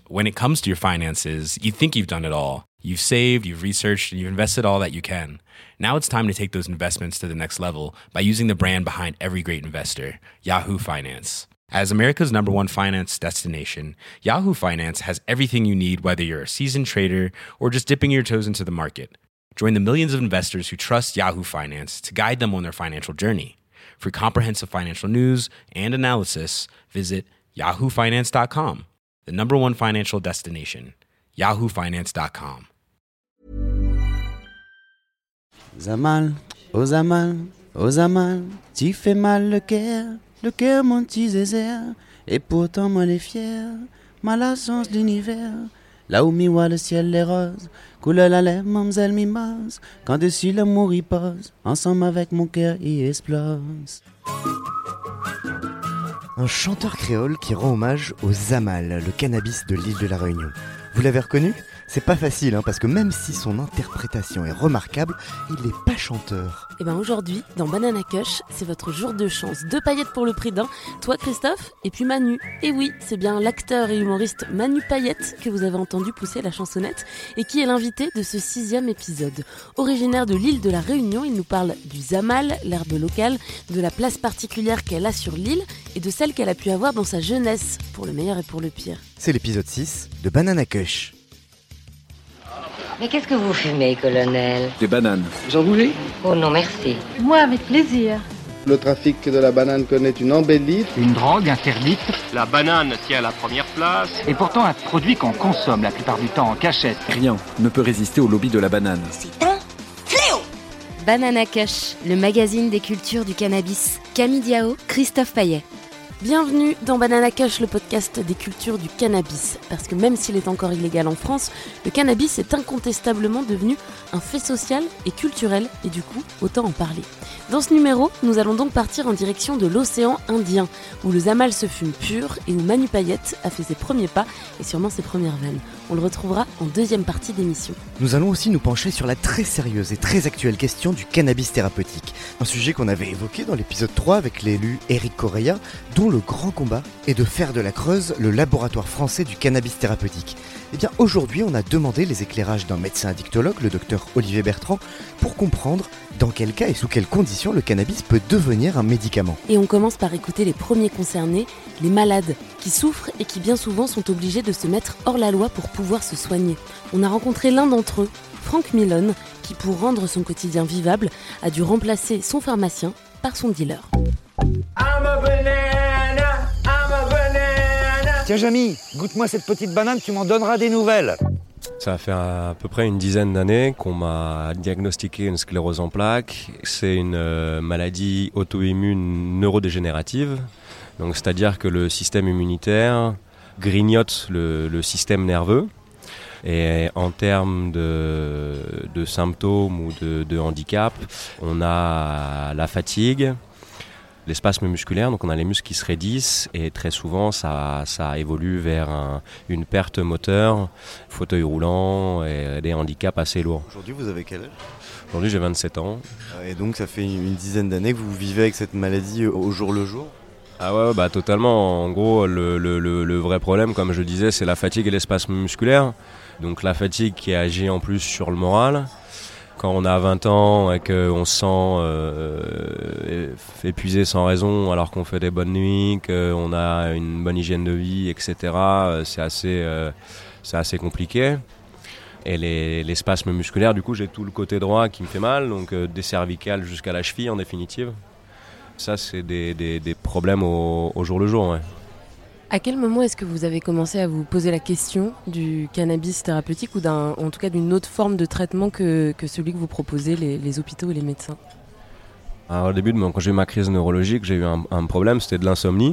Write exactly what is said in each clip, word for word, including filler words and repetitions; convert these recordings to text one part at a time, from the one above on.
when it comes to your finances, you think you've done it all. You've saved, you've researched, and you've invested all that you can. Now it's time to take those investments to the next level by using the brand behind every great investor, Yahoo Finance. As America's number one finance destination, Yahoo Finance has everything you need, whether you're a seasoned trader or just dipping your toes into the market. Join the millions of investors who trust Yahoo Finance to guide them on their financial journey. For comprehensive financial news and analysis, visit yahoo finance dot com, the number one financial destination, yahoo finance dot com. Zamal, oh Zamal, oh Zamal, tu fais mal le cœur, le cœur mon petit zézère, et pourtant moi les fier, ma la sens d'univers, là où mi voit le ciel les roses, coule la lèvre, mademoiselle mimose, quand dessus l'amour y pose, ensemble avec mon cœur y explose. Un chanteur créole qui rend hommage au Zamal, le cannabis de l'île de la Réunion. Vous l'avez reconnu ? C'est pas facile, hein, parce que même si son interprétation est remarquable, il n'est pas chanteur. Et ben aujourd'hui, dans Banana Kush, c'est votre jour de chance. Deux paillettes pour le prix d'un. Toi, Christophe, et puis Manu. Et oui, c'est bien l'acteur et humoriste Manu Payette que vous avez entendu pousser la chansonnette et qui est l'invité de ce sixième épisode. Originaire de l'île de la Réunion, il nous parle du Zamal, l'herbe locale, de la place particulière qu'elle a sur l'île et de celle qu'elle a pu avoir dans sa jeunesse, pour le meilleur et pour le pire. C'est l'épisode six de Banana Kush. Mais qu'est-ce que vous fumez, colonel ? Des bananes. Vous en voulez ? Oh non, merci. Moi, avec plaisir. Le trafic de la banane connaît une embellie. Une drogue interdite. La banane tient la première place. Et pourtant un produit qu'on consomme la plupart du temps en cachette. Rien ne peut résister au lobby de la banane. C'est un fléau. Banana Kush, le magazine des cultures du cannabis. Camille Diao, Christophe Payet. Bienvenue dans Banana Kush, le podcast des cultures du cannabis. Parce que même s'il est encore illégal en France, le cannabis est incontestablement devenu un fait social et culturel, et du coup, autant en parler. Dans ce numéro, nous allons donc partir en direction de l'océan Indien, où le Zamal se fume pur et où Manu Payette a fait ses premiers pas et sûrement ses premières vannes. On le retrouvera en deuxième partie d'émission. Nous allons aussi nous pencher sur la très sérieuse et très actuelle question du cannabis thérapeutique. Un sujet qu'on avait évoqué dans l'épisode trois avec l'élu Éric Correia, dont le grand combat est de faire de la Creuse le laboratoire français du cannabis thérapeutique. Et bien aujourd'hui, on a demandé les éclairages d'un médecin addictologue, le docteur Olivier Bertrand, pour comprendre dans quel cas et sous quelles conditions le cannabis peut devenir un médicament. Et on commence par écouter les premiers concernés, les malades, qui souffrent et qui bien souvent sont obligés de se mettre hors la loi pour pouvoir se soigner. On a rencontré l'un d'entre eux, Franck Milone, qui pour rendre son quotidien vivable, a dû remplacer son pharmacien par son dealer. I'm a banana, I'm a banana. Tiens Jamy, goûte-moi cette petite banane, tu m'en donneras des nouvelles. Ça fait à peu près une dizaine d'années qu'on m'a diagnostiqué une sclérose en plaques. C'est une euh, maladie auto-immune neurodégénérative. Donc, c'est-à-dire que le système immunitaire grignote le, le système nerveux. Et en termes de, de symptômes ou de, de handicap, on a la fatigue, les spasmes musculaires, donc on a les muscles qui se raidissent et très souvent ça, ça évolue vers un, une perte moteur, fauteuil roulant et des handicaps assez lourds. Aujourd'hui vous avez quel âge ? Aujourd'hui j'ai vingt-sept ans. Et donc ça fait une dizaine d'années que vous vivez avec cette maladie au jour le jour ? Ah ouais, bah totalement. En gros, le, le, le, le vrai problème, comme je disais, c'est la fatigue et les spasmes musculaires. Donc la fatigue qui agit en plus sur le moral. Quand on a vingt ans et qu'on se sent euh, épuisé sans raison alors qu'on fait des bonnes nuits, qu'on a une bonne hygiène de vie, et cetera, c'est assez, euh, c'est assez compliqué. Et les, les spasmes musculaires, du coup, j'ai tout le côté droit qui me fait mal, donc euh, des cervicales jusqu'à la cheville en définitive. Ça, c'est des, des, des problèmes au, au jour le jour, ouais. À quel moment est-ce que vous avez commencé à vous poser la question du cannabis thérapeutique ou d'un, en tout cas d'une autre forme de traitement que, que celui que vous proposez les, les hôpitaux et les médecins ? Alors, au début, quand j'ai eu ma crise neurologique, j'ai eu un, un problème, c'était de l'insomnie.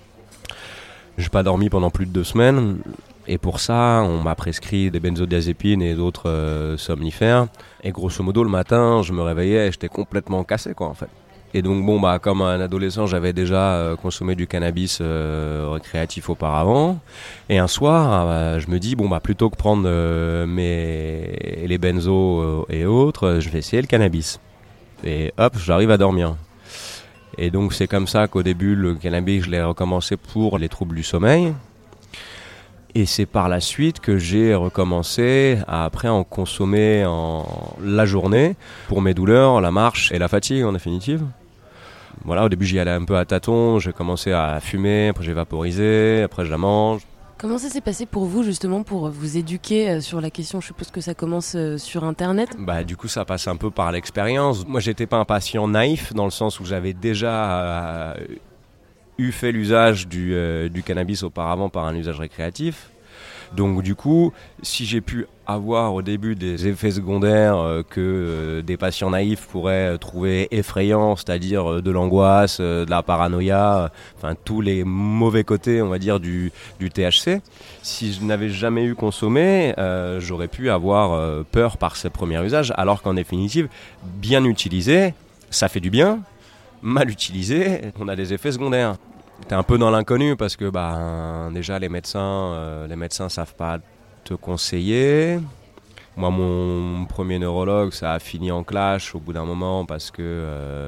J'ai pas dormi pendant plus de deux semaines. Et pour ça, on m'a prescrit des benzodiazépines et d'autres euh, somnifères. Et grosso modo, le matin, je me réveillais et j'étais complètement cassé, quoi, en fait. Et donc, bon, bah, comme un adolescent, j'avais déjà euh, consommé du cannabis euh, récréatif auparavant. Et un soir, euh, je me dis, bon, bah, plutôt que prendre euh, mes... les benzos euh, et autres, je vais essayer le cannabis. Et hop, j'arrive à dormir. Et donc, c'est comme ça qu'au début, le cannabis, je l'ai recommencé pour les troubles du sommeil. Et c'est par la suite que j'ai recommencé à après en consommer en la journée pour mes douleurs, la marche et la fatigue en définitive. Voilà, au début j'y allais un peu à tâtons, j'ai commencé à fumer, après j'ai vaporisé, après je la mange. Comment ça s'est passé pour vous justement pour vous éduquer sur la question? Je suppose que ça commence sur Internet. Bah du coup ça passe un peu par l'expérience. Moi j'étais pas un patient naïf dans le sens où j'avais déjà euh, eu fait l'usage du, euh, du cannabis auparavant par un usage récréatif. Donc du coup, si j'ai pu avoir au début des effets secondaires euh, que euh, des patients naïfs pourraient euh, trouver effrayants, c'est-à-dire euh, de l'angoisse, euh, de la paranoïa, euh, enfin tous les mauvais côtés, on va dire, du, du T H C, si je n'avais jamais eu consommé, euh, j'aurais pu avoir euh, peur par ce premier usage, alors qu'en définitive, bien utilisé, ça fait du bien, mal utilisé, on a des effets secondaires. T'es un peu dans l'inconnu parce que bah, déjà les médecins euh, les médecins savent pas te conseiller. Moi mon premier neurologue ça a fini en clash au bout d'un moment parce que euh,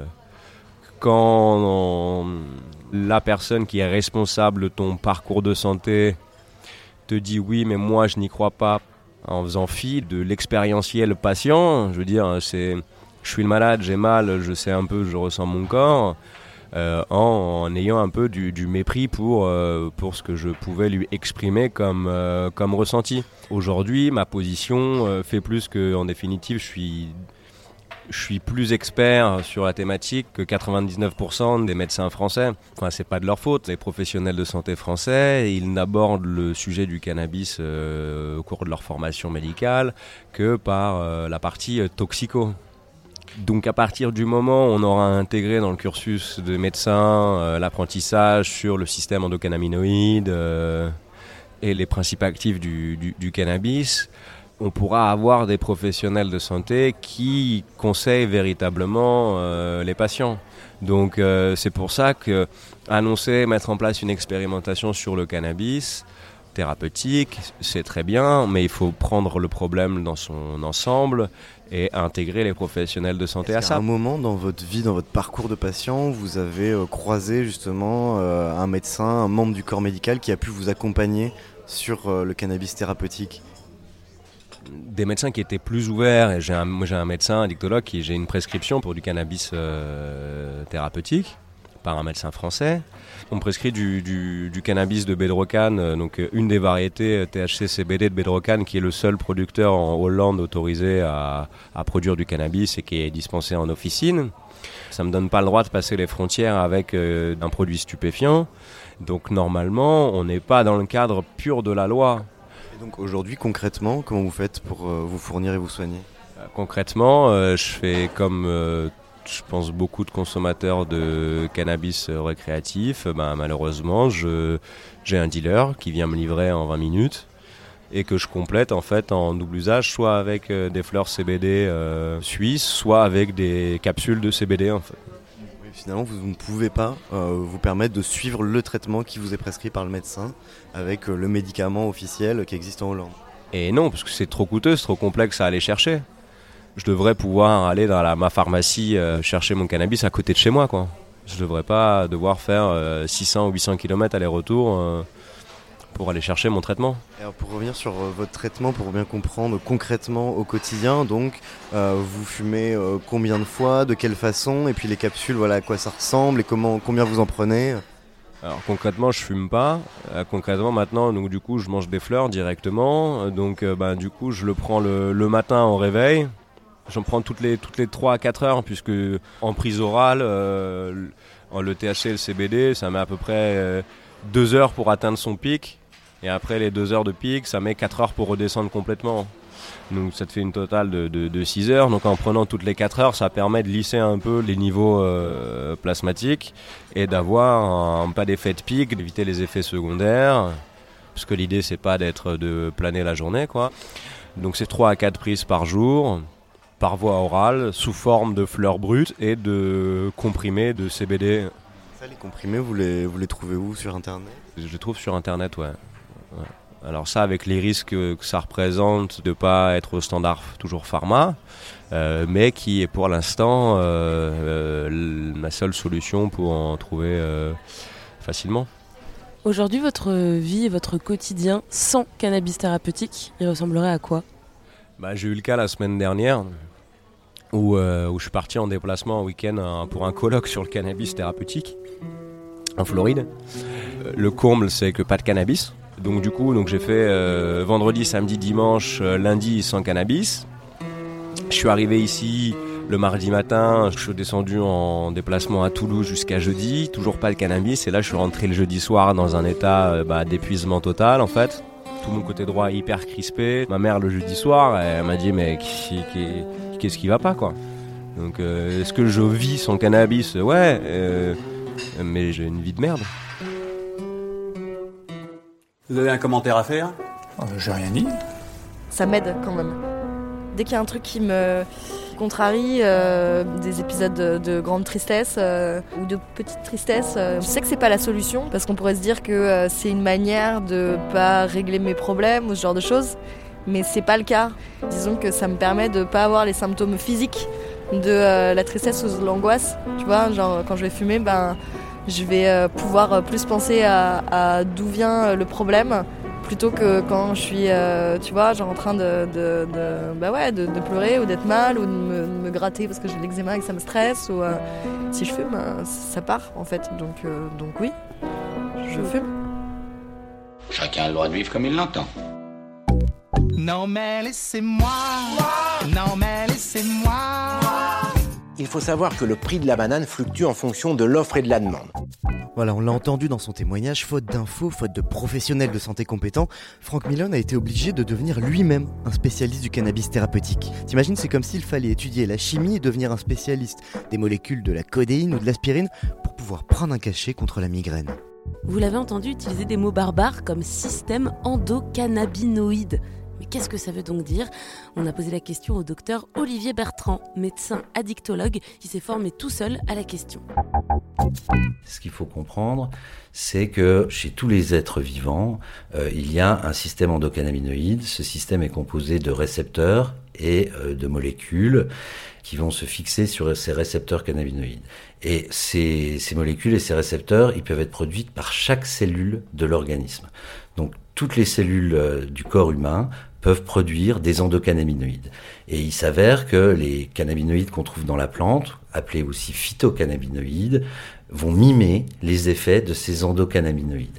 quand on, la personne qui est responsable de ton parcours de santé te dit oui mais moi je n'y crois pas en faisant fi de l'expérientiel patient, je veux dire c'est je suis le malade, j'ai mal, je sais un peu, je ressens mon corps. Euh, en, en ayant un peu du, du mépris pour, euh, pour ce que je pouvais lui exprimer comme, euh, comme ressenti. Aujourd'hui, ma position euh, fait plus que, en définitive, je suis, je suis plus expert sur la thématique que quatre-vingt-dix-neuf pour cent des médecins français. Enfin, c'est pas de leur faute. Les professionnels de santé français, ils n'abordent le sujet du cannabis euh, au cours de leur formation médicale que par euh, la partie euh, toxico. Donc à partir du moment où on aura intégré dans le cursus de médecin euh, l'apprentissage sur le système endocannabinoïde euh, et les principes actifs du, du, du cannabis, on pourra avoir des professionnels de santé qui conseillent véritablement euh, les patients. Donc euh, c'est pour ça que annoncer, mettre en place une expérimentation sur le cannabis thérapeutique, c'est très bien, mais il faut prendre le problème dans son ensemble et intégrer les professionnels de santé Est-ce à ça. À un moment dans votre vie, dans votre parcours de patient, vous avez euh, croisé justement euh, un médecin, un membre du corps médical qui a pu vous accompagner sur euh, le cannabis thérapeutique? Des médecins qui étaient plus ouverts, et j'ai un, moi j'ai un médecin addictologue qui j'ai une prescription pour du cannabis euh, thérapeutique par un médecin français. On prescrit du, du, du cannabis de Bedrocan, euh, donc euh, une des variétés euh, T H C C B D de Bedrocan, qui est le seul producteur en Hollande autorisé à, à produire du cannabis et qui est dispensé en officine. Ça ne me donne pas le droit de passer les frontières avec euh, un produit stupéfiant. Donc normalement, on n'est pas dans le cadre pur de la loi. Et donc aujourd'hui, concrètement, comment vous faites pour euh, vous fournir et vous soigner? euh, Concrètement, euh, je fais comme... Euh, je pense beaucoup de consommateurs de cannabis récréatif, ben, malheureusement, je, j'ai un dealer qui vient me livrer en vingt minutes et que je complète en fait en double usage, soit avec euh, des fleurs C B D euh, suisses, soit avec des capsules de C B D en fait. Oui, finalement, vous ne pouvez pas euh, vous permettre de suivre le traitement qui vous est prescrit par le médecin avec euh, le médicament officiel qui existe en Hollande. Et non, parce que c'est trop coûteux, c'est trop complexe à aller chercher. Je devrais pouvoir aller dans la, ma pharmacie euh, chercher mon cannabis à côté de chez moi, quoi. Je devrais pas devoir faire euh, six cents ou huit cents kilomètres aller-retour euh, pour aller chercher mon traitement. Alors pour revenir sur euh, votre traitement, pour bien comprendre concrètement au quotidien, donc euh, vous fumez euh, combien de fois, de quelle façon, et puis les capsules, voilà à quoi ça ressemble et comment, combien vous en prenez? Alors concrètement je fume pas, euh, concrètement maintenant donc du coup je mange des fleurs directement, donc euh, ben, du coup je le prends le, le matin au réveil. J'en prends toutes les, toutes les trois à quatre heures, puisque en prise orale, euh, le T H C et le C B D, ça met à peu près euh, deux heures pour atteindre son pic. Et après les deux heures de pic, ça met quatre heures pour redescendre complètement. Donc ça te fait une totale de, de, de six heures. Donc en prenant toutes les quatre heures, ça permet de lisser un peu les niveaux euh, plasmatiques et d'avoir un, pas d'effet de pic, d'éviter les effets secondaires. Parce que l'idée, c'est pas d'être de planer la journée, quoi. Donc c'est trois à quatre prises par jour, par voie orale, sous forme de fleurs brutes et de comprimés de C B D. Ça, les comprimés, vous les, vous les trouvez où, sur Internet? Je les trouve sur Internet, ouais. ouais. Alors ça, avec les risques que ça représente de ne pas être au standard toujours pharma, euh, mais qui est pour l'instant euh, euh, la seule solution pour en trouver euh, facilement. Aujourd'hui, votre vie et votre quotidien sans cannabis thérapeutique, il ressemblerait à quoi ? Bah, j'ai eu le cas la semaine dernière où, euh, où je suis parti en déplacement en week-end hein, pour un colloque sur le cannabis thérapeutique en Floride. Euh, le comble, c'est que pas de cannabis. Donc du coup, donc, j'ai fait euh, vendredi, samedi, dimanche, euh, lundi sans cannabis. Je suis arrivé ici le mardi matin, je suis descendu en déplacement à Toulouse jusqu'à jeudi, toujours pas de cannabis. Et là, je suis rentré le jeudi soir dans un état euh, bah, d'épuisement total en fait. Tout mon côté droit hyper crispé. Ma mère le jeudi soir, elle m'a dit mais qu'est-ce qui va pas quoi. Donc euh, est-ce que je vis sans cannabis ? Ouais, euh, mais j'ai une vie de merde. Vous avez un commentaire à faire ? euh, J'ai rien dit. Ça m'aide quand même. Dès qu'il y a un truc qui me contrarie, euh, des épisodes de, de grande tristesse euh, ou de petite tristesse, euh, je sais que c'est pas la solution parce qu'on pourrait se dire que euh, c'est une manière de pas régler mes problèmes ou ce genre de choses, mais c'est pas le cas. Disons que ça me permet de pas avoir les symptômes physiques de euh, la tristesse ou de l'angoisse. Tu vois, genre quand je vais fumer, ben je vais euh, pouvoir plus penser à, à d'où vient le problème. Plutôt que quand je suis, euh, tu vois, genre en train de, de, de, bah ouais, de, de pleurer ou d'être mal ou de me, de me gratter parce que j'ai de l'eczéma et que ça me stresse. Ou euh, si je fume, euh, ça part en fait. Donc, euh, donc oui, je fume. Chacun a le droit de vivre comme il l'entend. Non mais laissez-moi, non mais laissez-moi. Il faut savoir que le prix de la banane fluctue en fonction de l'offre et de la demande. Voilà, on l'a entendu dans son témoignage, faute d'infos, faute de professionnels de santé compétents, Franck Milone a été obligé de devenir lui-même un spécialiste du cannabis thérapeutique. T'imagines, c'est comme s'il fallait étudier la chimie et devenir un spécialiste des molécules de la codéine ou de l'aspirine pour pouvoir prendre un cachet contre la migraine. Vous l'avez entendu utiliser des mots barbares comme système endocannabinoïde. Mais qu'est-ce que ça veut donc dire ? On a posé la question au docteur Olivier Bertrand, médecin addictologue qui s'est formé tout seul à la question. Ce qu'il faut comprendre, c'est que chez tous les êtres vivants, euh, il y a un système endocannabinoïde. Ce système est composé de récepteurs et euh, de molécules qui vont se fixer sur ces récepteurs cannabinoïdes. Et ces, ces molécules et ces récepteurs, ils peuvent être produits par chaque cellule de l'organisme. Donc, toutes les cellules euh, du corps humain peuvent produire des endocannabinoïdes. Et il s'avère que les cannabinoïdes qu'on trouve dans la plante, appelés aussi phytocannabinoïdes, vont mimer les effets de ces endocannabinoïdes.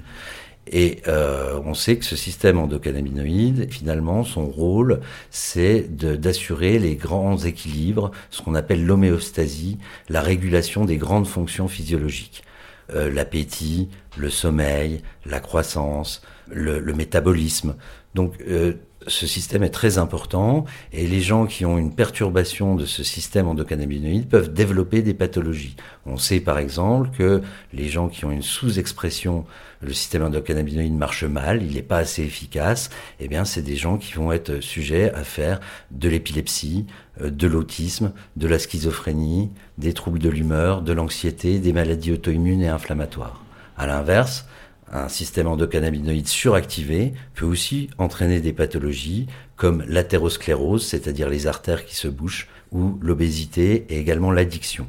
Et euh, on sait que ce système endocannabinoïde, finalement, son rôle, c'est de, d'assurer les grands équilibres, ce qu'on appelle l'homéostasie, la régulation des grandes fonctions physiologiques. Euh, l'appétit, le sommeil, la croissance, le, le métabolisme. Donc euh, ce système est très important et les gens qui ont une perturbation de ce système endocannabinoïde peuvent développer des pathologies. On sait par exemple que les gens qui ont une sous-expression, le système endocannabinoïde marche mal, il n'est pas assez efficace, eh bien c'est des gens qui vont être sujets à faire de l'épilepsie, de l'autisme, de la schizophrénie, des troubles de l'humeur, de l'anxiété, des maladies auto-immunes et inflammatoires. À l'inverse, un système endocannabinoïde suractivé peut aussi entraîner des pathologies comme l'athérosclérose, c'est-à-dire les artères qui se bouchent, ou l'obésité et également l'addiction.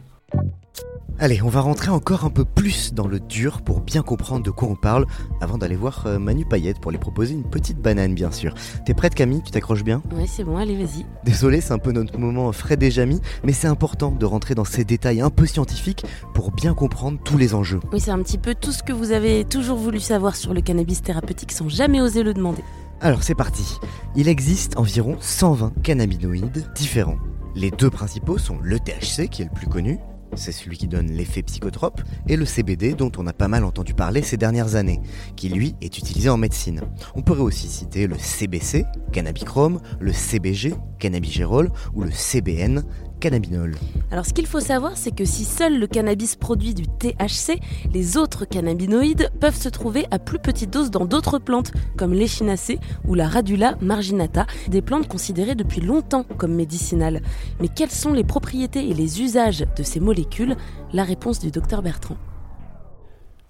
Allez, on va rentrer encore un peu plus dans le dur pour bien comprendre de quoi on parle avant d'aller voir euh, Manu Payette pour lui proposer une petite banane bien sûr. T'es prête Camille ? Tu t'accroches bien ? Ouais, c'est bon, allez vas-y. Désolé, c'est un peu notre moment Fred et Jamy, mais c'est important de rentrer dans ces détails un peu scientifiques pour bien comprendre tous les enjeux. Oui, c'est un petit peu tout ce que vous avez toujours voulu savoir sur le cannabis thérapeutique sans jamais oser le demander. Alors c'est parti. Il existe environ cent vingt cannabinoïdes différents. Les deux principaux sont le T H C qui est le plus connu, c'est celui qui donne l'effet psychotrope, et le C B D dont on a pas mal entendu parler ces dernières années, qui lui est utilisé en médecine. On pourrait aussi citer le C B C, cannabichrome, le C B G, cannabigérol, ou le C B N, cannabinol. Alors ce qu'il faut savoir, c'est que si seul le cannabis produit du T H C, les autres cannabinoïdes peuvent se trouver à plus petite dose dans d'autres plantes, comme l'échinacée ou la Radula marginata, des plantes considérées depuis longtemps comme médicinales. Mais quelles sont les propriétés et les usages de ces molécules ? La réponse du docteur Bertrand.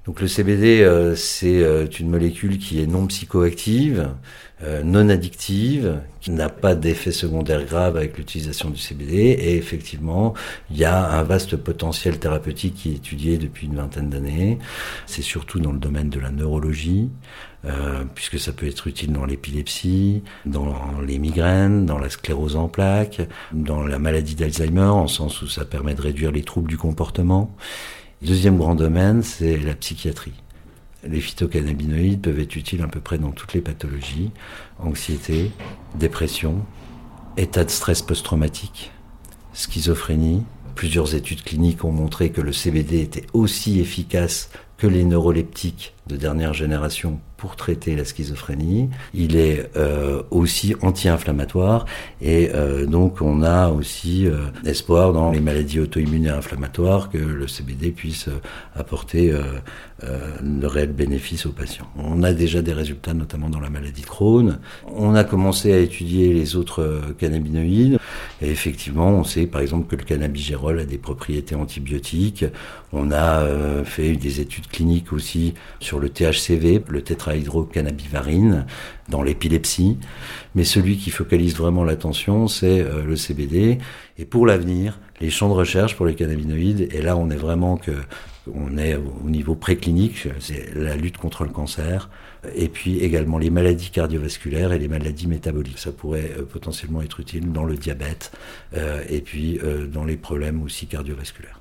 Donc le C B D, euh, c'est euh, une molécule qui est non psychoactive, euh, non addictive, qui n'a pas d'effet secondaire grave avec l'utilisation du C B D. Et effectivement, il y a un vaste potentiel thérapeutique qui est étudié depuis une vingtaine d'années. C'est surtout dans le domaine de la neurologie, euh, puisque ça peut être utile dans l'épilepsie, dans les migraines, dans la sclérose en plaques, dans la maladie d'Alzheimer, en sens où ça permet de réduire les troubles du comportement. Deuxième grand domaine, c'est la psychiatrie. Les phytocannabinoïdes peuvent être utiles à peu près dans toutes les pathologies, anxiété, dépression, état de stress post-traumatique, schizophrénie. Plusieurs études cliniques ont montré que le C B D était aussi efficace que les neuroleptiques de dernière génération pour traiter la schizophrénie. Il est euh, aussi anti-inflammatoire et euh, donc on a aussi euh, espoir dans les maladies auto-immunes et inflammatoires que le C B D puisse euh, apporter euh, euh, de réels bénéfices aux patients. On a déjà des résultats, notamment dans la maladie de Crohn. On a commencé à étudier les autres euh, cannabinoïdes et effectivement on sait par exemple que le cannabigérol a des propriétés antibiotiques. On a euh, fait des études cliniques aussi sur le T H C V, le tétrahydrocannabivarine, dans l'épilepsie. Mais celui qui focalise vraiment l'attention, c'est euh, le C B D. Et pour l'avenir, les champs de recherche pour les cannabinoïdes, et là on est vraiment que on est au niveau préclinique, c'est la lutte contre le cancer, et puis également les maladies cardiovasculaires et les maladies métaboliques. Ça pourrait euh, potentiellement être utile dans le diabète, euh, et puis euh, dans les problèmes aussi cardiovasculaires.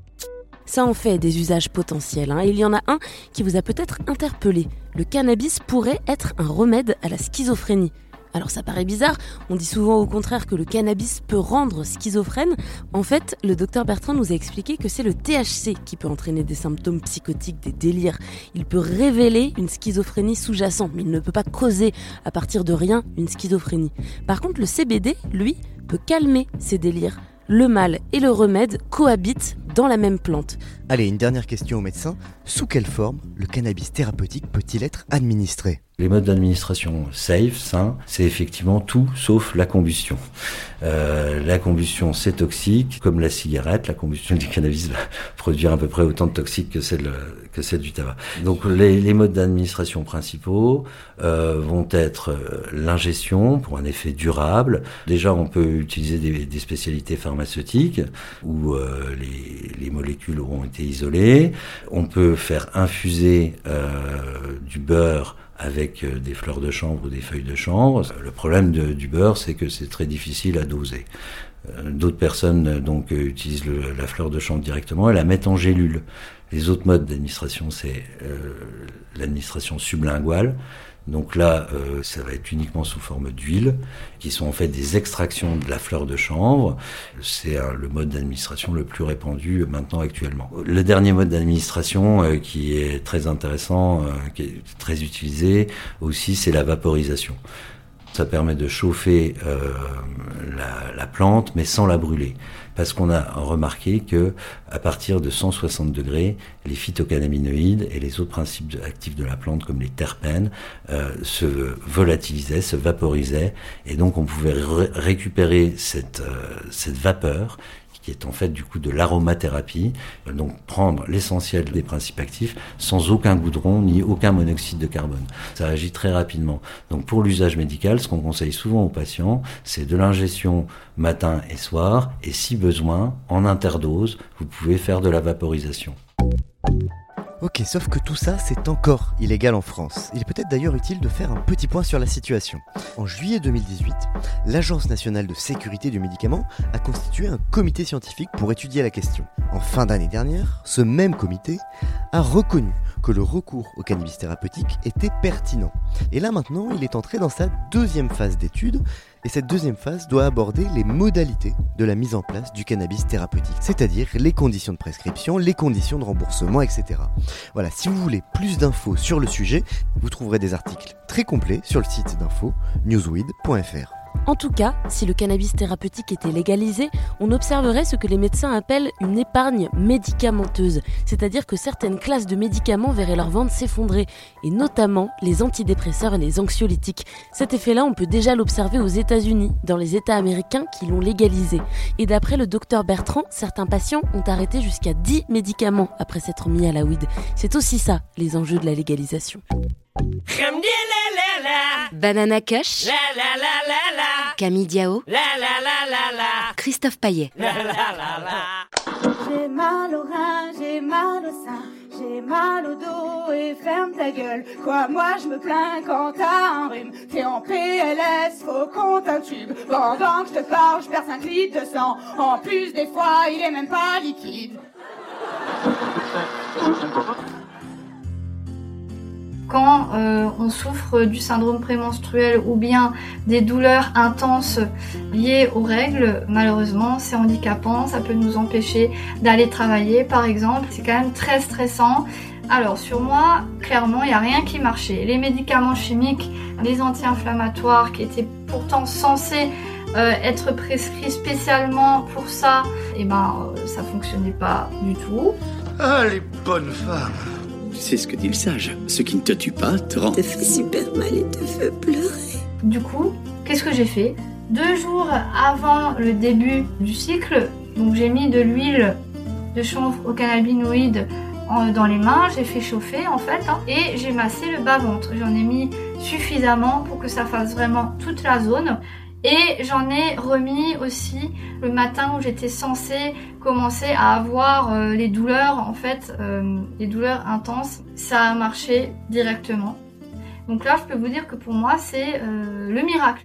Ça en fait des usages potentiels, hein. Et il y en a un qui vous a peut-être interpellé. Le cannabis pourrait être un remède à la schizophrénie. Alors ça paraît bizarre, on dit souvent au contraire que le cannabis peut rendre schizophrène. En fait, le docteur Bertrand nous a expliqué que c'est le T H C qui peut entraîner des symptômes psychotiques, des délires. Il peut révéler une schizophrénie sous-jacente, mais il ne peut pas causer à partir de rien une schizophrénie. Par contre, le C B D, lui, peut calmer ces délires. Le mal et le remède cohabitent dans la même plante. Allez, une dernière question au médecin. Sous quelle forme le cannabis thérapeutique peut-il être administré ? Les modes d'administration safe, sains, c'est effectivement tout sauf la combustion. Euh, la combustion, c'est toxique, comme la cigarette. La combustion du cannabis va produire à peu près autant de toxiques que celle, que celle du tabac. Donc les, les modes d'administration principaux euh, vont être euh, l'ingestion pour un effet durable. Déjà, on peut utiliser des, des spécialités pharmaceutiques où euh, les, les molécules auront été isolées. On peut faire infuser euh, du beurre avec des fleurs de chanvre ou des feuilles de chanvre. Le problème de, du beurre, c'est que c'est très difficile à doser. Euh, d'autres personnes donc euh, utilisent le, la fleur de chanvre directement et la mettent en gélule. Les autres modes d'administration, c'est euh, l'administration sublinguale. Donc là, euh, ça va être uniquement sous forme d'huile, qui sont en fait des extractions de la fleur de chanvre. C'est euh, le mode d'administration le plus répandu euh, maintenant actuellement. Le dernier mode d'administration euh, qui est très intéressant, euh, qui est très utilisé aussi, c'est la vaporisation. Ça permet de chauffer euh, la, la plante, mais sans la brûler. Parce qu'on a remarqué que à partir de cent soixante degrés, les phytocannabinoïdes et les autres principes actifs de la plante, comme les terpènes, euh, se volatilisaient, se vaporisaient, et donc on pouvait ré- récupérer cette, euh, cette vapeur, qui est en fait du coup de l'aromathérapie, donc prendre l'essentiel des principes actifs sans aucun goudron ni aucun monoxyde de carbone. Ça agit très rapidement. Donc pour l'usage médical, ce qu'on conseille souvent aux patients, c'est de l'ingestion matin et soir, et si besoin, en interdose, vous pouvez faire de la vaporisation. Ok, sauf que tout ça, c'est encore illégal en France. Il est peut-être d'ailleurs utile de faire un petit point sur la situation. En juillet deux mille dix-huit, l'Agence nationale de sécurité du médicament a constitué un comité scientifique pour étudier la question. En fin d'année dernière, ce même comité a reconnu que le recours au cannabis thérapeutique était pertinent. Et là maintenant, il est entré dans sa deuxième phase d'étude, et cette deuxième phase doit aborder les modalités de la mise en place du cannabis thérapeutique, c'est-à-dire les conditions de prescription, les conditions de remboursement, et cetera. Voilà, si vous voulez plus d'infos sur le sujet, vous trouverez des articles très complets sur le site d'info newsweed point f r. En tout cas, si le cannabis thérapeutique était légalisé, on observerait ce que les médecins appellent une épargne médicamenteuse, c'est-à-dire que certaines classes de médicaments verraient leur vente s'effondrer, et notamment les antidépresseurs et les anxiolytiques. Cet effet-là, on peut déjà l'observer aux États-Unis, dans les États américains qui l'ont légalisé. Et d'après le docteur Bertrand, certains patients ont arrêté jusqu'à dix médicaments après s'être mis à la weed. C'est aussi ça, les enjeux de la légalisation. Banana Kush, Camille Diao, Christophe Paillet. J'ai mal au rein, j'ai mal au sein, j'ai mal au dos et ferme ta gueule. Quoi, moi je me plains quand t'as un rhume. T'es en P L S, faut qu'on t'intube. Pendant que je te parle, je perds cinq litres de sang. En plus, des fois, il est même pas liquide. Quand euh, on souffre du syndrome prémenstruel ou bien des douleurs intenses liées aux règles, malheureusement c'est handicapant, ça peut nous empêcher d'aller travailler par exemple, c'est quand même très stressant. Alors sur moi, clairement il n'y a rien qui marchait. Les médicaments chimiques, les anti-inflammatoires qui étaient pourtant censés euh, être prescrits spécialement pour ça, et ben euh, ça fonctionnait pas du tout. Ah les bonnes femmes! C'est ce que dit le sage. Ce qui ne te tue pas te rend... te fait super mal et te fait pleurer. Du coup, qu'est-ce que j'ai fait? Deux jours avant le début du cycle, donc j'ai mis de l'huile de chanvre au cannabinoïde en, dans les mains, j'ai fait chauffer en fait, hein, et j'ai massé le bas-ventre. J'en ai mis suffisamment pour que ça fasse vraiment toute la zone. Et j'en ai remis aussi le matin où j'étais censée commencer à avoir euh, les douleurs, en fait, euh, les douleurs intenses. Ça a marché directement. Donc là, je peux vous dire que pour moi, c'est euh, le miracle.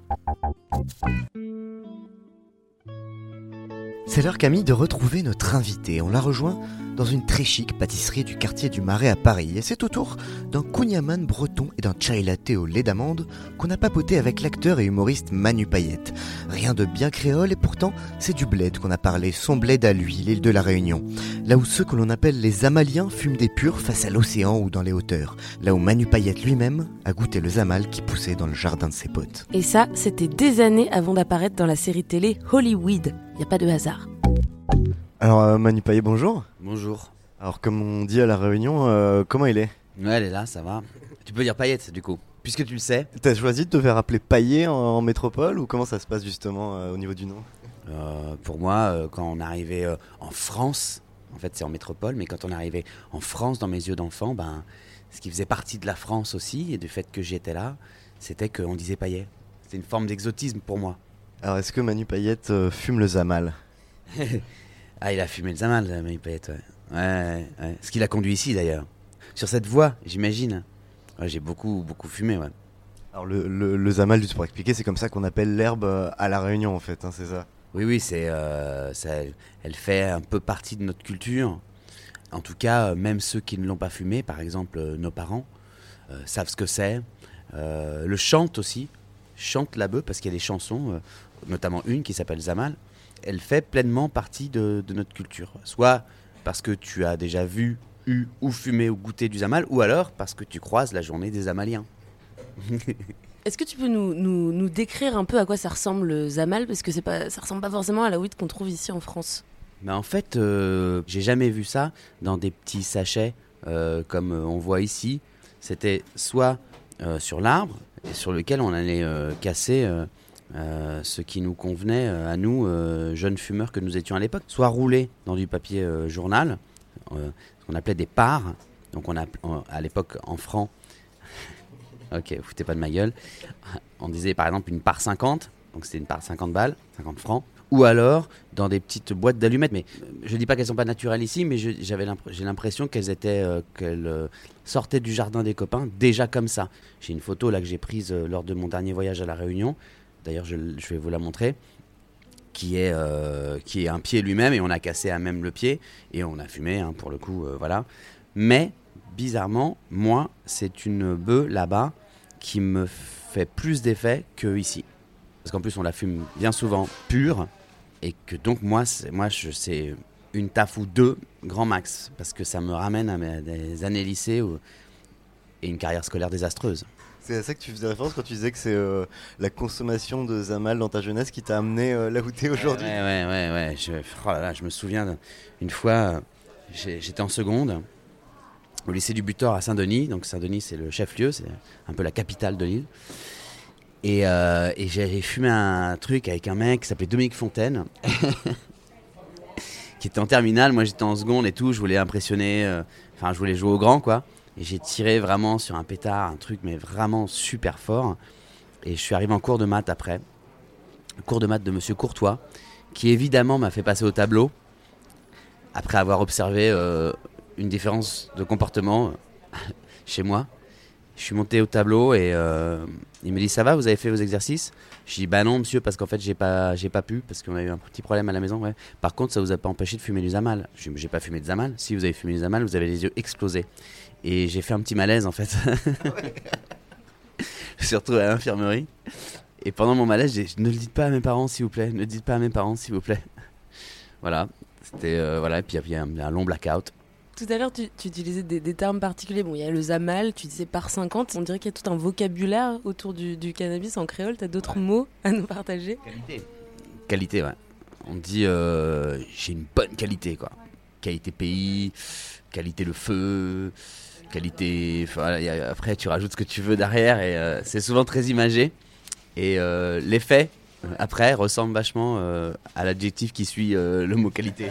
C'est l'heure, Camille, de retrouver notre invité. On l'a rejoint dans une très chic pâtisserie du quartier du Marais à Paris. Et c'est au tour d'un kouign-amann breton et d'un chai latte au lait d'amande qu'on a papoté avec l'acteur et humoriste Manu Payette. Rien de bien créole et pourtant c'est du bled qu'on a parlé, son bled à lui, l'île de la Réunion. Là où ceux que l'on appelle les Amaliens fument des purs face à l'océan ou dans les hauteurs. Là où Manu Payette lui-même a goûté le zamal qui poussait dans le jardin de ses potes. Et ça, c'était des années avant d'apparaître dans la série télé Hollyweed. Y a pas de hasard. Alors euh, Manu Payette, bonjour. Bonjour. Alors comme on dit à la Réunion, euh, comment il est? Ouais, elle est là, ça va. Tu peux dire Payette du coup, puisque tu le sais. T'as choisi de te faire appeler Payet en, en métropole ou comment ça se passe justement euh, au niveau du nom? euh, Pour moi, euh, quand on arrivait euh, en France, en fait c'est en métropole, mais quand on arrivait en France dans mes yeux d'enfant, ben, ce qui faisait partie de la France aussi et du fait que j'étais là, c'était qu'on disait Payet. C'était une forme d'exotisme pour moi. Alors est-ce que Manu Payette euh, fume le zamal? Ah, il a fumé le zamal, Manu Payette, ouais. Ouais, ouais. Ce qui l'a conduit ici d'ailleurs. Sur cette voie, j'imagine. Ouais, j'ai beaucoup, beaucoup fumé, ouais. Alors le, le, le zamal, juste pour expliquer, c'est comme ça qu'on appelle l'herbe à la Réunion en fait, hein, c'est ça? Oui, oui, c'est, euh, ça, elle fait un peu partie de notre culture. En tout cas, même ceux qui ne l'ont pas fumé, par exemple euh, nos parents, euh, savent ce que c'est. Euh, le chantent aussi, chantent la beuh parce qu'il y a des chansons, euh, notamment une qui s'appelle Zamal. Elle fait pleinement partie de, de notre culture. Soit parce que tu as déjà vu, eu ou fumé ou goûté du zamal, ou alors parce que tu croises la journée des Amaliens. Est-ce que tu peux nous, nous, nous décrire un peu à quoi ça ressemble le zamal? Parce que c'est pas, ça ressemble pas forcément à la weed qu'on trouve ici en France. Mais en fait, euh, j'ai jamais vu ça dans des petits sachets euh, comme on voit ici. C'était soit euh, sur l'arbre, et sur lequel on allait euh, casser... Euh, Euh, ce qui nous convenait euh, à nous, euh, jeunes fumeurs que nous étions à l'époque, soit roulé dans du papier euh, journal, euh, ce qu'on appelait des parts, donc on a, on, à l'époque en francs, ok, vous foutez pas de ma gueule, on disait par exemple une part cinquante, donc c'était une part cinquante balles, cinquante francs, ou alors dans des petites boîtes d'allumettes, mais je dis pas qu'elles sont pas naturelles ici, mais je, j'avais l'imp- j'ai l'impression qu'elles étaient, euh, qu'elles euh, sortaient du jardin des copains déjà comme ça. J'ai une photo là que j'ai prise euh, lors de mon dernier voyage à La Réunion. D'ailleurs, je, je vais vous la montrer, qui est, euh, qui est un pied lui-même, et on a cassé à même le pied, et on a fumé, hein, pour le coup, euh, voilà. Mais, bizarrement, moi, c'est une beuh là-bas qui me fait plus d'effet qu'ici. Parce qu'en plus, on la fume bien souvent pure, et que donc, moi, c'est, moi je, c'est une taf ou deux, grand max, parce que ça me ramène à, mes, à des années lycée où, et une carrière scolaire désastreuse. C'est à ça que tu faisais référence quand tu disais que c'est euh, la consommation de Zamal dans ta jeunesse qui t'a amené euh, là où t'es aujourd'hui. Ouais, ouais, ouais, ouais. Je, oh là là, je me souviens une fois, j'ai, j'étais en seconde au lycée du Butor à Saint-Denis. Donc Saint-Denis, c'est le chef-lieu, c'est un peu la capitale de l'île. Et, euh, et j'ai fumé un truc avec un mec qui s'appelait Dominique Fontaine, qui était en terminale. Moi, j'étais en seconde et tout. Je voulais impressionner, enfin, euh, je voulais jouer au grand, quoi. Et j'ai tiré vraiment sur un pétard, un truc, mais vraiment super fort. Et je suis arrivé en cours de maths après. Cours de maths de Monsieur Courtois, qui évidemment m'a fait passer au tableau, après avoir observé euh, une différence de comportement euh, chez moi. Je suis monté au tableau et euh, il me dit « Ça va, vous avez fait vos exercices ?» Je dis « Bah non monsieur, parce qu'en fait j'ai pas, j'ai pas pu, parce qu'on a eu un petit problème à la maison. Ouais. Par contre, ça vous a pas empêché de fumer du Zamal ?» Je dis « J'ai pas fumé de Zamal. Si vous avez fumé du Zamal, vous avez les yeux explosés. » Et j'ai fait un petit malaise en fait. Je me suis retrouvé à l'infirmerie. Et pendant mon malaise, j'ai dit « Ne le dites pas à mes parents s'il vous plaît, ne le dites pas à mes parents s'il vous plaît. » Voilà, c'était, euh, voilà, et puis il y a un, un long blackout. Tout à l'heure, tu, tu utilisais des, des termes particuliers. Bon, il y a le Zamal, tu disais par cinquante. On dirait qu'il y a tout un vocabulaire autour du, du cannabis en créole. Tu as d'autres ouais. mots à nous partager ? Qualité. Qualité, ouais. On dit euh, j'ai une bonne qualité, quoi. Qualité pays, qualité le feu, qualité. Enfin, y a, après, tu rajoutes ce que tu veux derrière et euh, c'est souvent très imagé. Et euh, l'effet. Après, ressemble vachement euh, à l'adjectif qui suit euh, le mot qualité.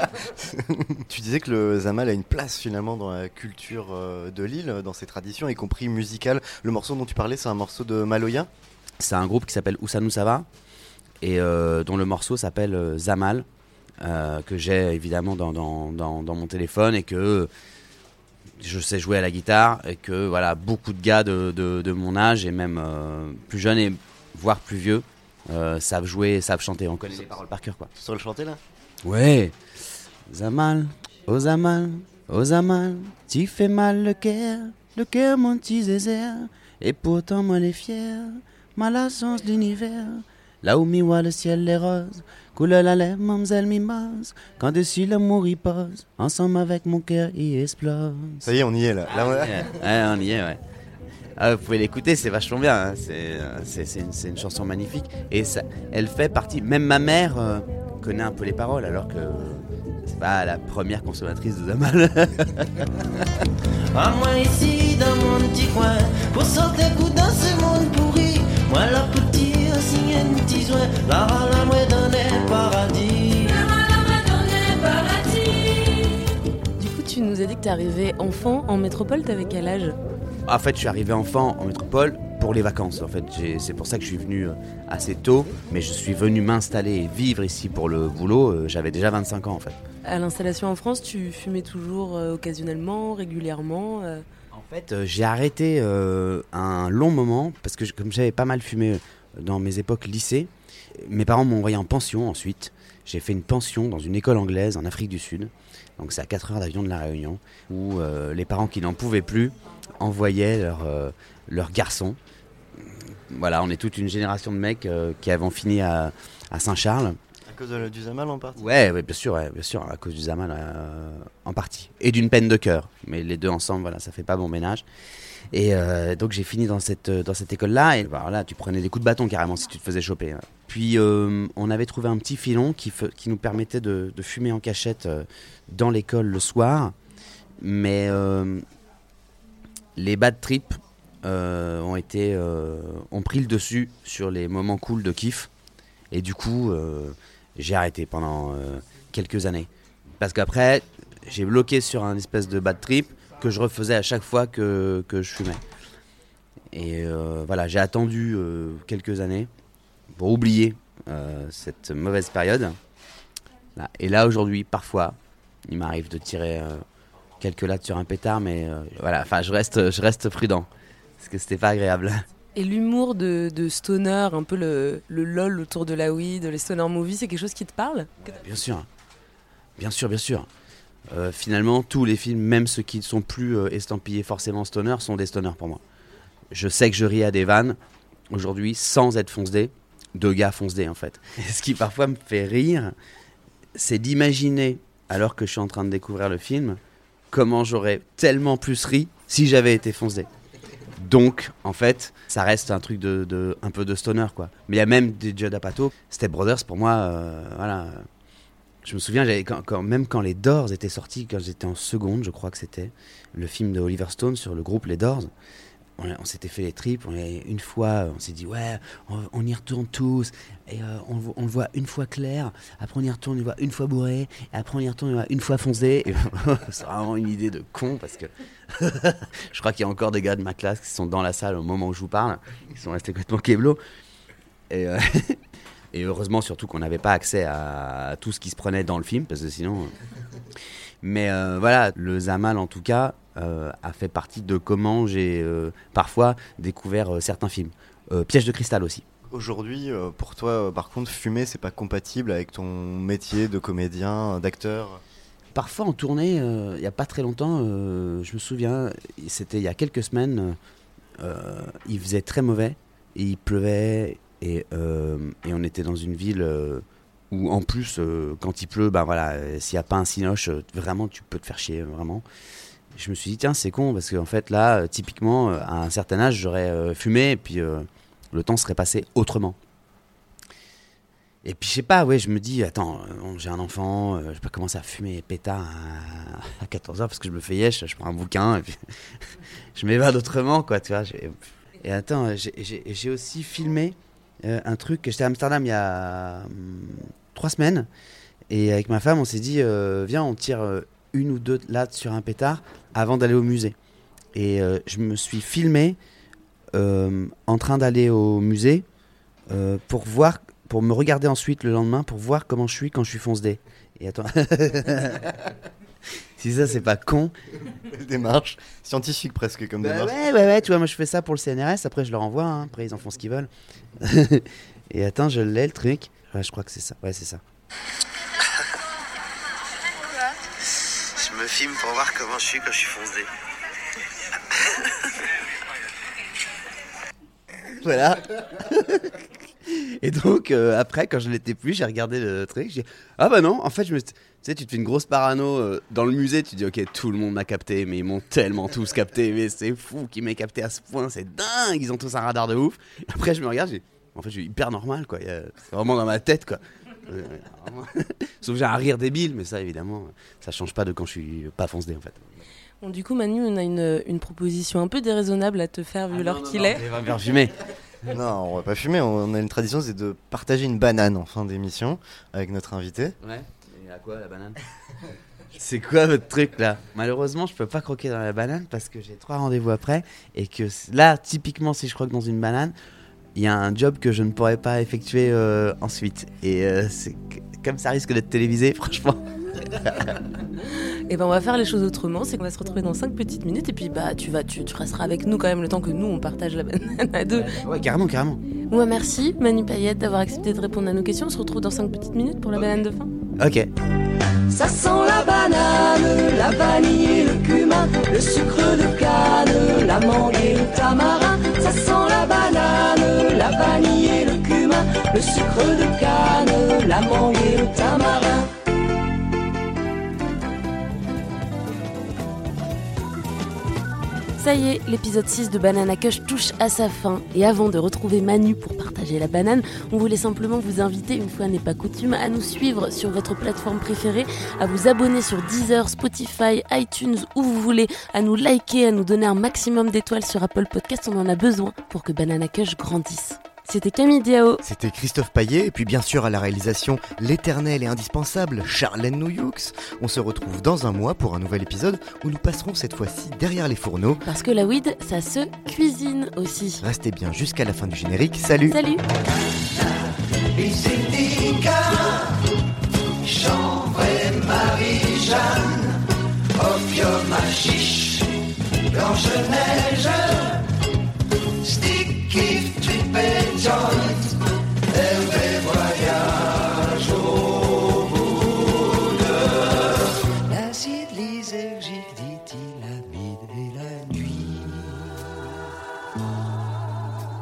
Tu disais que le Zamal a une place finalement dans la culture euh, de l'île, dans ses traditions, y compris musicales. Le morceau dont tu parlais, c'est un morceau de Maloya ? C'est un groupe qui s'appelle Ousanou Sava et euh, dont le morceau s'appelle euh, Zamal, euh, que j'ai évidemment dans, dans, dans, dans mon téléphone et que je sais jouer à la guitare et que voilà, beaucoup de gars de, de, de mon âge et même euh, plus jeunes et voire plus vieux Euh, savent jouer, savent chanter, on connaît les paroles par cœur, quoi. Tu saurais le chanter là ? Ouais. Zamal, oh Zamal, oh Zamal, tu fais mal le cœur, le cœur mon petit zézère, et pourtant moi les fier, ma la sens d'univers, là où mi voit le ciel les roses, couleur la lèvre, mademoiselle mimose, quand dessus l'amour y pose, ensemble avec mon cœur y explose. Ça y est, on y est là. là ah, on... ouais, ouais, on y est, ouais. Ah, vous pouvez l'écouter, c'est vachement bien, hein. c'est, c'est, c'est, une, c'est une chanson magnifique et ça, elle fait partie, même ma mère euh, connaît un peu les paroles alors que c'est pas la première consommatrice de Zamal. À moi ici dans mon petit coin, pour sortir coup dans ce monde pourri, moi la petite signe un petit joint, la la moi dans les paradis. Du coup tu nous as dit que t'es arrivé enfant en métropole, t'avais quel âge ? En fait, je suis arrivé enfant en métropole pour les vacances. En fait, j'ai, c'est pour ça que je suis venu assez tôt, mais je suis venu m'installer et vivre ici pour le boulot. J'avais déjà vingt-cinq ans, en fait. À l'installation en France, tu fumais toujours euh, occasionnellement, régulièrement euh... En fait, euh, j'ai arrêté euh, un long moment parce que je, comme j'avais pas mal fumé dans mes époques lycée, mes parents m'ont envoyé en pension ensuite. J'ai fait une pension dans une école anglaise en Afrique du Sud. Donc c'est à quatre heures d'avion de La Réunion, où euh, les parents qui n'en pouvaient plus envoyaient leurs euh, leur garçons. Voilà, on est toute une génération de mecs euh, qui avons fini à, à Saint-Charles. À cause de, du Zamal en partie ? Ouais, ouais, bien sûr, ouais, bien sûr, à cause du Zamal euh, en partie. Et d'une peine de cœur. Mais les deux ensemble, voilà, ça fait pas bon ménage. Et euh, donc j'ai fini dans cette, dans cette école-là. Et bah, là, tu prenais des coups de bâton carrément si tu te faisais choper. Puis euh, on avait trouvé un petit filon qui, fe, qui nous permettait de, de fumer en cachette euh, dans l'école le soir. Mais euh, les bad trips euh, ont, été, euh, ont pris le dessus sur les moments cool de kiff. Et du coup, euh, j'ai arrêté pendant euh, quelques années. Parce qu'après, j'ai bloqué sur un espèce de bad trip que je refaisais à chaque fois que, que je fumais. Et euh, voilà, j'ai attendu euh, quelques années pour oublier euh, cette mauvaise période. Là. Et là, aujourd'hui, parfois, il m'arrive de tirer euh, quelques lattes sur un pétard, mais euh, voilà, enfin, je reste, je reste prudent, parce que c'était pas agréable. Et l'humour de, de stoner, un peu le, le lol autour de la weed, les stoner movies, c'est quelque chose qui te parle ? Bien sûr, bien sûr, bien sûr. Euh, finalement, tous les films, même ceux qui ne sont plus euh, estampillés forcément stoner, sont des stoners pour moi. Je sais que je ris à des vannes, aujourd'hui, sans être fonce-dé, de gars fonce-dé en fait. Et ce qui parfois me fait rire, c'est d'imaginer, alors que je suis en train de découvrir le film, comment j'aurais tellement plus ri si j'avais été fonce-dé. Donc, en fait, ça reste un truc de, de un peu de stoner, quoi. Mais il y a même des Judd Apatow. Step Brothers, pour moi, euh, voilà. Je me souviens, j'avais, quand, quand, même quand les Doors étaient sortis, quand j'étais en seconde, je crois que c'était, le film de Oliver Stone sur le groupe Les Doors. On, on s'était fait les tripes, on, une fois, on s'est dit, ouais, on, on y retourne tous, et euh, on, on le voit une fois clair, après on y retourne, on le voit une fois bourré, et après on y retourne, on le voit une fois foncé. Et c'est vraiment une idée de con, parce que je crois qu'il y a encore des gars de ma classe qui sont dans la salle au moment où je vous parle, qui sont restés complètement keblo. Et, euh, et heureusement, surtout qu'on n'avait pas accès à tout ce qui se prenait dans le film, parce que sinon... Mais euh, voilà, le Zamal en tout cas euh, a fait partie de comment j'ai euh, parfois découvert euh, certains films. Euh, Piège de cristal aussi. Aujourd'hui, euh, pour toi, euh, par contre, fumer, c'est pas compatible avec ton métier de comédien, d'acteur? Parfois en tournée, il euh, n'y a pas très longtemps, euh, je me souviens, c'était il y a quelques semaines, euh, il faisait très mauvais, et il pleuvait, et, euh, et on était dans une ville... Euh, où en plus, euh, quand il pleut, ben voilà, euh, s'il n'y a pas un cinoche, euh, vraiment, tu peux te faire chier, vraiment. Je me suis dit, tiens, c'est con, parce qu'en fait, là, euh, typiquement, euh, à un certain âge, j'aurais euh, fumé, et puis euh, le temps serait passé autrement. Et puis, je sais pas, ouais, je me dis, attends, euh, j'ai un enfant, euh, je vais pas commencer à fumer pétard à, à quatorze heures, parce que je me fais yesh, je prends un bouquin, et puis je m'évade autrement, quoi, tu vois. J'ai... Et attends, j'ai, j'ai, j'ai aussi filmé euh, un truc, j'étais à Amsterdam il y a... Hum, trois semaines, et avec ma femme on s'est dit euh, viens on tire euh, une ou deux lattes sur un pétard avant d'aller au musée, et euh, je me suis filmé euh, en train d'aller au musée euh, pour voir, pour me regarder ensuite le lendemain pour voir comment je suis quand je suis fonce-dé. Et attends si ça c'est pas con. Démarche scientifique presque comme bah, démarche. Ouais ouais ouais, tu vois, moi je fais ça pour le C N R S, après je leur envoie, hein. Après ils en font ce qu'ils veulent. Et attends, je l'ai le truc. Ouais, je crois que c'est ça. Ouais, c'est ça. Je me filme pour voir comment je suis quand je suis foncé. Voilà. Et donc, euh, après, quand je l'étais plus, j'ai regardé le truc. J'ai dit, ah bah non, en fait, je me... tu sais, tu te fais une grosse parano euh, dans le musée. Tu te dis, ok, tout le monde m'a capté, mais ils m'ont tellement tous capté. Mais c'est fou qu'ils m'aient capté à ce point. C'est dingue. Ils ont tous un radar de ouf. Et après, je me regarde, j'ai en fait, je suis hyper normal, quoi. C'est vraiment dans ma tête, quoi. Sauf que j'ai un rire débile, mais ça, évidemment, ça change pas de quand je suis pas fonce-dé, en fait. Bon, du coup, Manu, on a une, une proposition un peu déraisonnable à te faire, vu ah l'heure qu'il non, est. On va faire fumer. Non, on va pas fumer. On a une tradition, c'est de partager une banane en fin d'émission avec notre invité. Ouais. Et à quoi, la banane? C'est quoi votre truc, là? Malheureusement, je peux pas croquer dans la banane parce que j'ai trois rendez-vous après, et que là, typiquement, si je croque dans une banane, il y a un job que je ne pourrais pas effectuer euh, ensuite. Et euh, c'est, comme ça risque d'être télévisé, franchement. Et ben on va faire les choses autrement, c'est qu'on va se retrouver dans cinq petites minutes, et puis bah tu vas, tu, tu resteras avec nous quand même le temps que nous on partage la banane à deux. Ouais, ouais, carrément, carrément. Ouais, merci Manu Payette d'avoir accepté de répondre à nos questions. On se retrouve dans cinq petites minutes pour la banane de fin. Ok. Ça sent la banane, la vanille et le cumin, le sucre de canne, la mangue et le tamarin. Ça sent la banane, la vanille et le cumin, le sucre de canne, la mangue et le tamarin. Ça y est, l'épisode six de Banana Kush touche à sa fin. Et avant de retrouver Manu pour partager la banane, on voulait simplement vous inviter, une fois n'est pas coutume, à nous suivre sur votre plateforme préférée, à vous abonner sur Deezer, Spotify, iTunes, où vous voulez, à nous liker, à nous donner un maximum d'étoiles sur Apple Podcasts. On en a besoin pour que Banana Kush grandisse. C'était Camille Diao. C'était Christophe Payet, et puis bien sûr à la réalisation, l'éternel et indispensable Charlène Nouyoux. On se retrouve dans un mois pour un nouvel épisode où nous passerons cette fois-ci derrière les fourneaux. Parce que la weed, ça se cuisine aussi. Restez bien jusqu'à la fin du générique. Salut. Salut. Chanvre et Marie-Jeanne, opium à chiche, Blanche-Neige, sticky, trip et joint, Hervé voyage au bout de l'acide lysergique, dit-il, la vide et la nuit.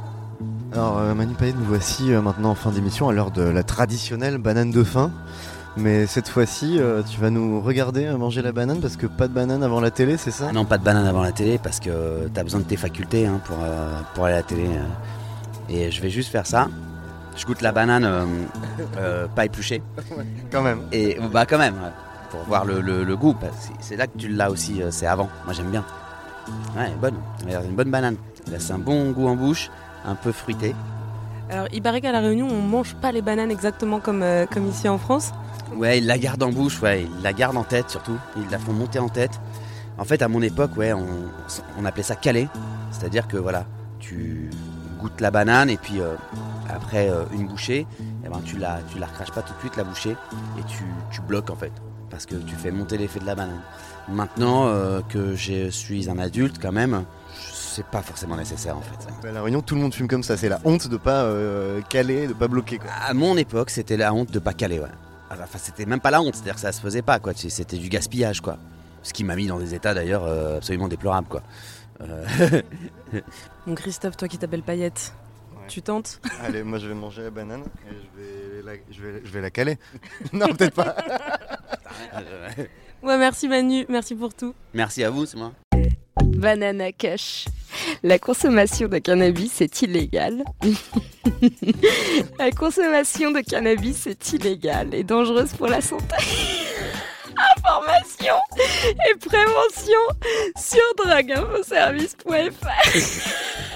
Alors euh, Manu Payet, nous voici euh, maintenant en fin d'émission à l'heure de la traditionnelle banane de fin. Mais cette fois-ci, euh, tu vas nous regarder euh, manger la banane parce que pas de banane avant la télé, c'est ça ? Non, pas de banane avant la télé parce que t'as besoin de tes facultés hein, pour, euh, pour aller à la télé. Euh. Et je vais juste faire ça. Je goûte la banane euh, euh, pas épluchée. Ouais, quand même. Et bah quand même, ouais, pour voir le, le, le goût. C'est, c'est là que tu l'as aussi, euh, c'est avant. Moi j'aime bien. Ouais, bonne. Une bonne banane. Elle laisse un bon goût en bouche, un peu fruité. Alors il paraît qu'à La Réunion on mange pas les bananes exactement comme, euh, comme ici en France. Ouais, ils la gardent en bouche, ouais, ils la gardent en tête surtout. Ils la font monter en tête. En fait, à mon époque, ouais, on, on appelait ça caler. C'est-à-dire que voilà, tu goûtes la banane et puis euh, après euh, une bouchée, eh ben, tu la, tu la recraches pas tout de suite la bouchée et tu, tu bloques en fait. Parce que tu fais monter l'effet de la banane. Maintenant euh, que je suis un adulte quand même, c'est pas forcément nécessaire en fait. À La Réunion, tout le monde fume comme ça. C'est la honte de pas euh, caler, de pas bloquer, quoi. À mon époque, c'était la honte de pas caler, ouais. Enfin, c'était même pas la honte, c'est-à-dire que ça se faisait pas, quoi. C'était du gaspillage, quoi. Ce qui m'a mis dans des états d'ailleurs euh, absolument déplorables, quoi. Euh... Bon, Christophe, toi qui t'appelles Payette, ouais. Tu tentes ? Allez, moi je vais manger la banane et je vais la, je vais, je vais la caler. Non, peut-être pas. Ouais, merci Manu, merci pour tout. Merci à vous, c'est moi. Banana Kush. La consommation de cannabis est illégale. La consommation de cannabis est illégale et dangereuse pour la santé. Information et prévention sur drogue info service point f r.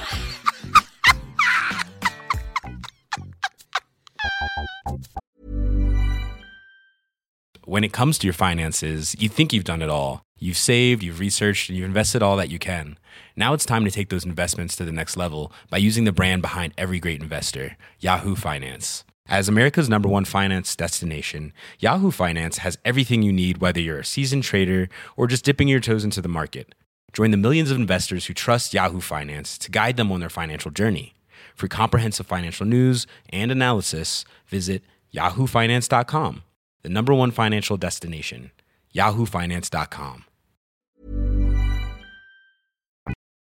When it comes to your finances, you think you've done it all. You've saved, you've researched, and you've invested all that you can. Now it's time to take those investments to the next level by using the brand behind every great investor, Yahoo Finance. As America's number one finance destination, Yahoo Finance has everything you need, whether you're a seasoned trader or just dipping your toes into the market. Join the millions of investors who trust Yahoo Finance to guide them on their financial journey. For comprehensive financial news and analysis, visit yahoo finance dot com, the number one financial destination, yahoo finance dot com.